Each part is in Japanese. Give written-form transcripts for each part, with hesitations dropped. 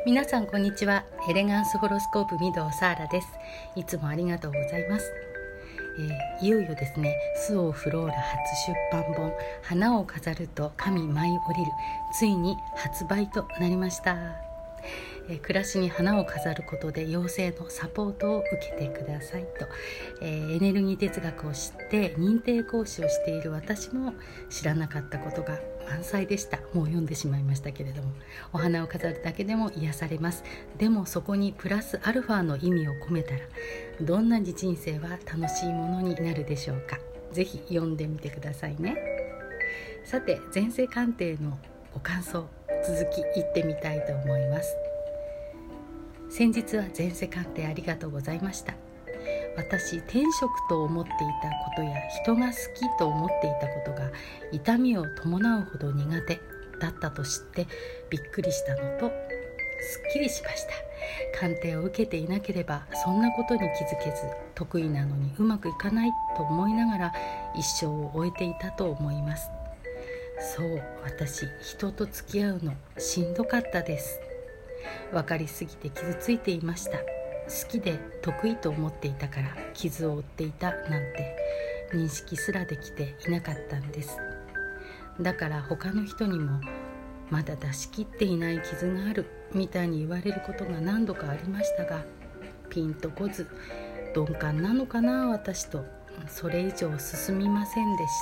皆さんこんにちは。エレガンスホロスコープ御堂サーラです。いつもありがとうございます。いよいよですね、スオフローラ初出版本花を飾ると神舞い降りる、ついに発売となりました。暮らしに花を飾ることで妖精のサポートを受けてくださいと、エネルギー哲学を知って認定講師をしている私も知らなかったことが満載でした。もう読んでしまいましたけれども、お花を飾るだけでも癒されます。でもそこにプラスアルファの意味を込めたら、どんなに人生は楽しいものになるでしょうか。ぜひ読んでみてくださいね。さて、前世鑑定のご感想、続き言ってみたいと思います。先日は前世鑑定ありがとうございました。私、天職と思っていたことや人が好きと思っていたことが痛みを伴うほど苦手だったと知ってびっくりしたのと、すっきりしました。鑑定を受けていなければそんなことに気づけず、得意なのにうまくいかないと思いながら一生を終えていたと思います。そう、私、人と付き合うのしんどかったです。分かりすぎて傷ついていました。好きで得意と思っていたから傷を負っていたなんて認識すらできていなかったんです。だから他の人にもまだ出し切っていない傷があるみたいに言われることが何度かありましたが、ピンとこず、鈍感なのかな私と、それ以上進みませんでした。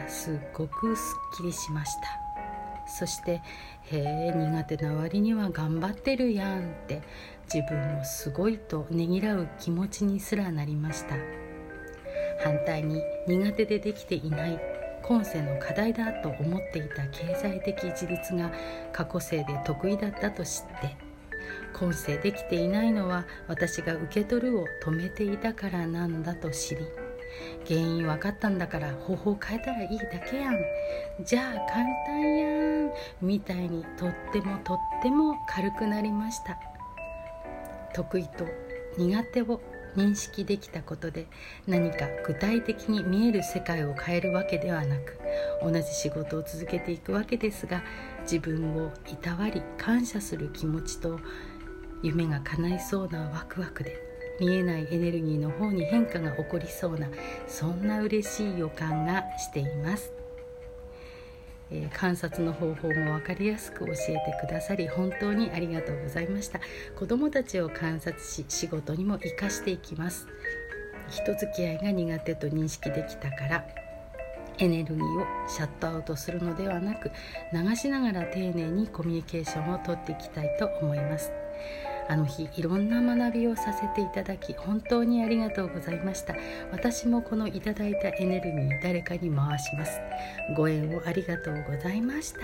すっごくすっきりしました。そして、苦手な割には頑張ってるやんって自分をすごいとねぎらう気持ちにすらなりました。反対に苦手でできていない今世の課題だと思っていた経済的自立が過去世で得意だったと知って、今世できていないのは私が受け取るを止めていたからなんだと知り、原因分かったんだから方法変えたらいいだけやん、じゃあ簡単やんみたいにとっても軽くなりました。得意と苦手を認識できたことで何か具体的に見える世界を変えるわけではなく、同じ仕事を続けていくわけですが、自分をいたわり感謝する気持ちと夢が叶いそうなワクワクで、見えないエネルギーの方に変化が起こりそうな、そんな嬉しい予感がしています。観察の方法も分かりやすく教えてくださり本当にありがとうございました。子どもたちを観察し仕事にも生かしていきます。人付き合いが苦手と認識できたからエネルギーをシャットアウトするのではなく、流しながら丁寧にコミュニケーションをとっていきたいと思います。あの日いろんな学びをさせていただき本当にありがとうございました。私もこのいただいたエネルギー誰かに回します。ご縁をありがとうございました。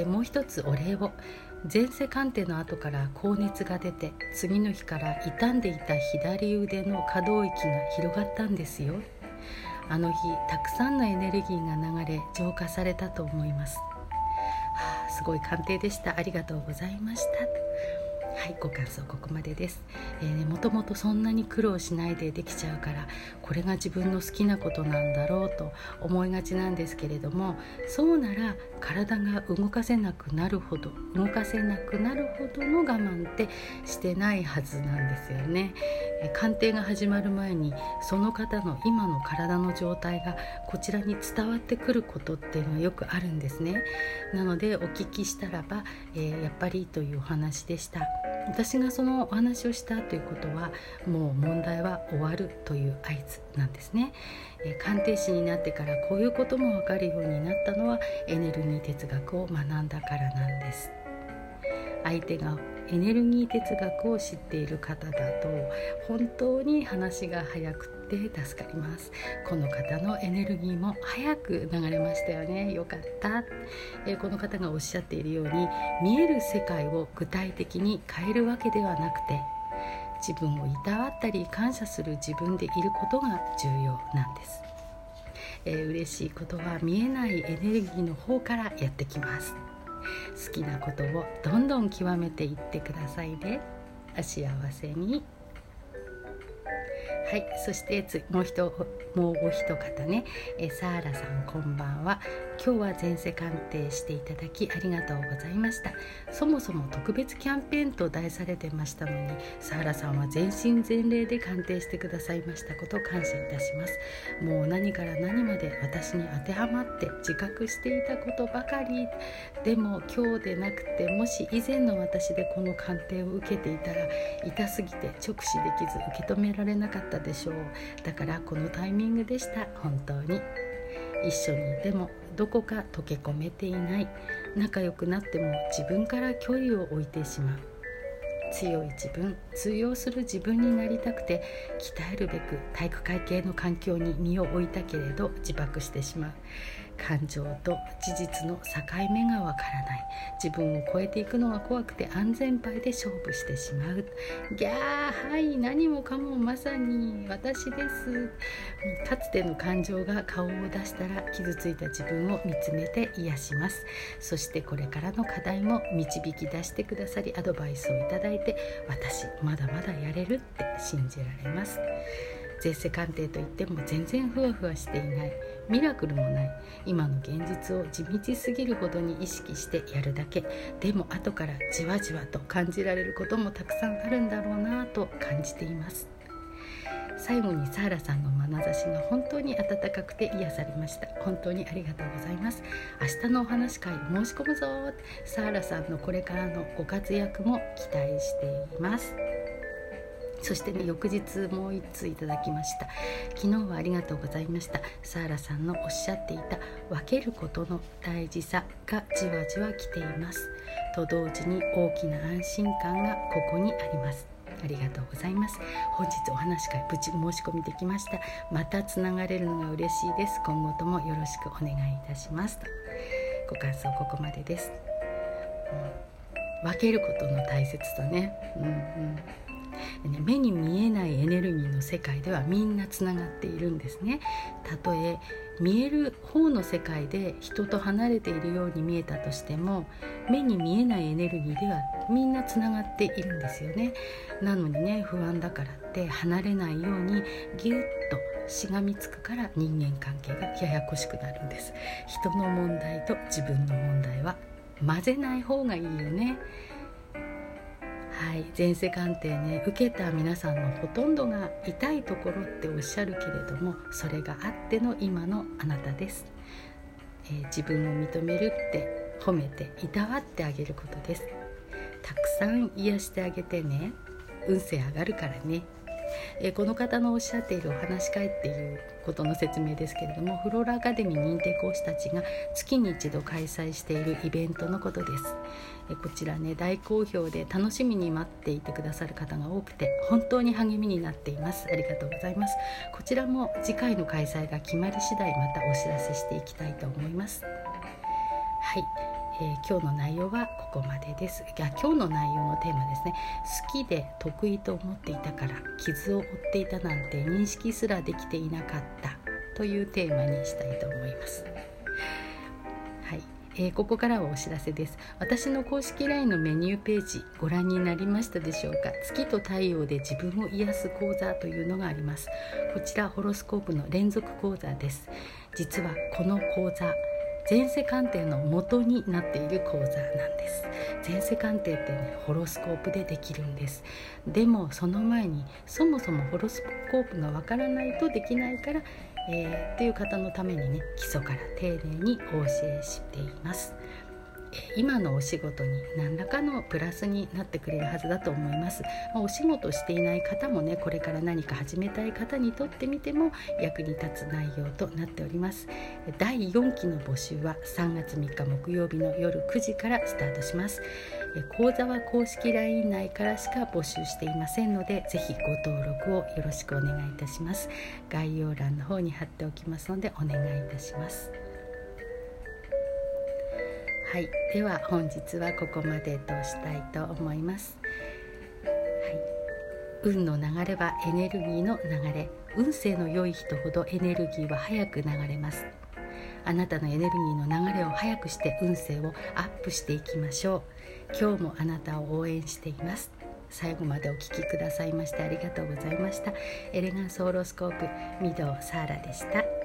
もう一つお礼を。前世鑑定の後から高熱が出て、次の日から傷んでいた左腕の可動域が広がったんですよ。あの日たくさんのエネルギーが流れ浄化されたと思います。すごい鑑定でした。ありがとうございました。はい、ご感想ここまでです。もともとそんなに苦労しないでできちゃうから、これが自分の好きなことなんだろうと思いがちなんですけれども、そうなら体が動かせなくなるほどの我慢ってしてないはずなんですよね。鑑定が始まる前にその方の今の体の状態がこちらに伝わってくることっていうのはよくあるんですね。なのでお聞きしたらば、やっぱりというお話でした。私がそのお話をしたということは、もう問題は終わるという合図なんですね。鑑定士になってからこういうことも分かるようになったのはエネルギー哲学を学んだからなんです。相手がエネルギー哲学を知っている方だと本当に話が早くて助かります。この方のエネルギーも早く流れましたよね。よかった。この方がおっしゃっているように、見える世界を具体的に変えるわけではなくて、自分をいたわったり感謝する自分でいることが重要なんです。嬉しいことは見えないエネルギーの方からやってきます。好きなことをどんどん極めていってくださいね。お幸せに。はい、そしてもうお一方ね、サーラさんこんばんは。 今日は前世鑑定していただきありがとうございました。そもそも特別キャンペーンと題されてましたのに、サーラさんは全身全霊で鑑定してくださいましたことを感謝いたします。もう何から何まで私に当てはまって自覚していたことばかり。でも今日でなくて、もし以前の私でこの鑑定を受けていたら、痛すぎて直視できず受け止められなかったでしょう。だからこのタイミングでした。本当に一緒にいてもどこか溶け込めていない、仲良くなっても自分から距離を置いてしまう、強い自分、通用する自分になりたくて鍛えるべく体育会系の環境に身を置いたけれど自爆してしまう。感情と事実の境目がわからない、自分を超えていくのが怖くて安全牌で勝負してしまう。ギャー、はい、何もかもまさに私です。かつての感情が顔を出したら、傷ついた自分を見つめて癒します。そしてこれからの課題も導き出してくださり、アドバイスをいただいて、私まだまだやれるって信じられます。前世鑑定といっても全然ふわふわしていない、ミラクルもない、今の現実を地道すぎるほどに意識してやるだけ。でも後からじわじわと感じられることもたくさんあるんだろうなと感じています。最後にサーラさんの眼差しが本当に温かくて癒されました。本当にありがとうございます。明日のお話会申し込むぞ。サーラさんのこれからのご活躍も期待しています。そしてね、翌日もう1通いただきました。昨日はありがとうございました。サーラさんのおっしゃっていた分けることの大事さがじわじわ来ていますと同時に、大きな安心感がここにあります。ありがとうございます。本日お話会無事申し込みできました。またつながれるのが嬉しいです。今後ともよろしくお願いいたしますと。ご感想ここまでです。分けることの大切さね。目に見えないエネルギーの世界ではみんなつながっているんですね。たとえ見える方の世界で人と離れているように見えたとしても、目に見えないエネルギーではみんなつながっているんですよね。なのにね、不安だからって離れないようにギュッとしがみつくから人間関係がややこしくなるんです。人の問題と自分の問題は混ぜない方がいいよね。はい、前世鑑定ね、受けた皆さんのほとんどが痛いところっておっしゃるけれども、それがあっての今のあなたです。自分を認めるって褒めていたわってあげることです。たくさん癒してあげてね、運勢上がるからね。この方のおっしゃっているお話し会っていうことの説明ですけれども、フローラアカデミー認定講師たちが月に一度開催しているイベントのことです。こちらね、大好評で楽しみに待っていてくださる方が多くて、本当に励みになっています。ありがとうございます。こちらも次回の開催が決まり次第またお知らせしていきたいと思います。はい、今日の内容はここまでです。今日の内容のテーマですね。好きで得意と思っていたから傷を負っていたなんて認識すらできていなかったというテーマにしたいと思います。はい、ここからはお知らせです。私の公式 LINE のメニューページご覧になりましたでしょうか。月と太陽で自分を癒す講座というのがあります。こちらホロスコープの連続講座です。実はこの講座、前世鑑定の元になっている講座なんです。前世鑑定ってね、ホロスコープでできるんです。でもその前にそもそもホロスコープがわからないとできないから、っていう方のためにね、基礎から丁寧にお教えしています。今のお仕事に何らかのプラスになってくれるはずだと思います。お仕事していない方もね、これから何か始めたい方にとってみても役に立つ内容となっております。第4期の募集は3月3日木曜日の夜9時からスタートします。講座は公式 LINE 内からしか募集していませんので、ぜひご登録をよろしくお願いいたします。概要欄の方に貼っておきますのでお願いいたします。はい、では本日はここまでとしたいと思います。はい、運の流れはエネルギーの流れ。運勢の良い人ほどエネルギーは早く流れます。あなたのエネルギーの流れを早くして運勢をアップしていきましょう。今日もあなたを応援しています。最後までお聞きくださいましてありがとうございました。エレガンスホロスコープ御堂サーラでした。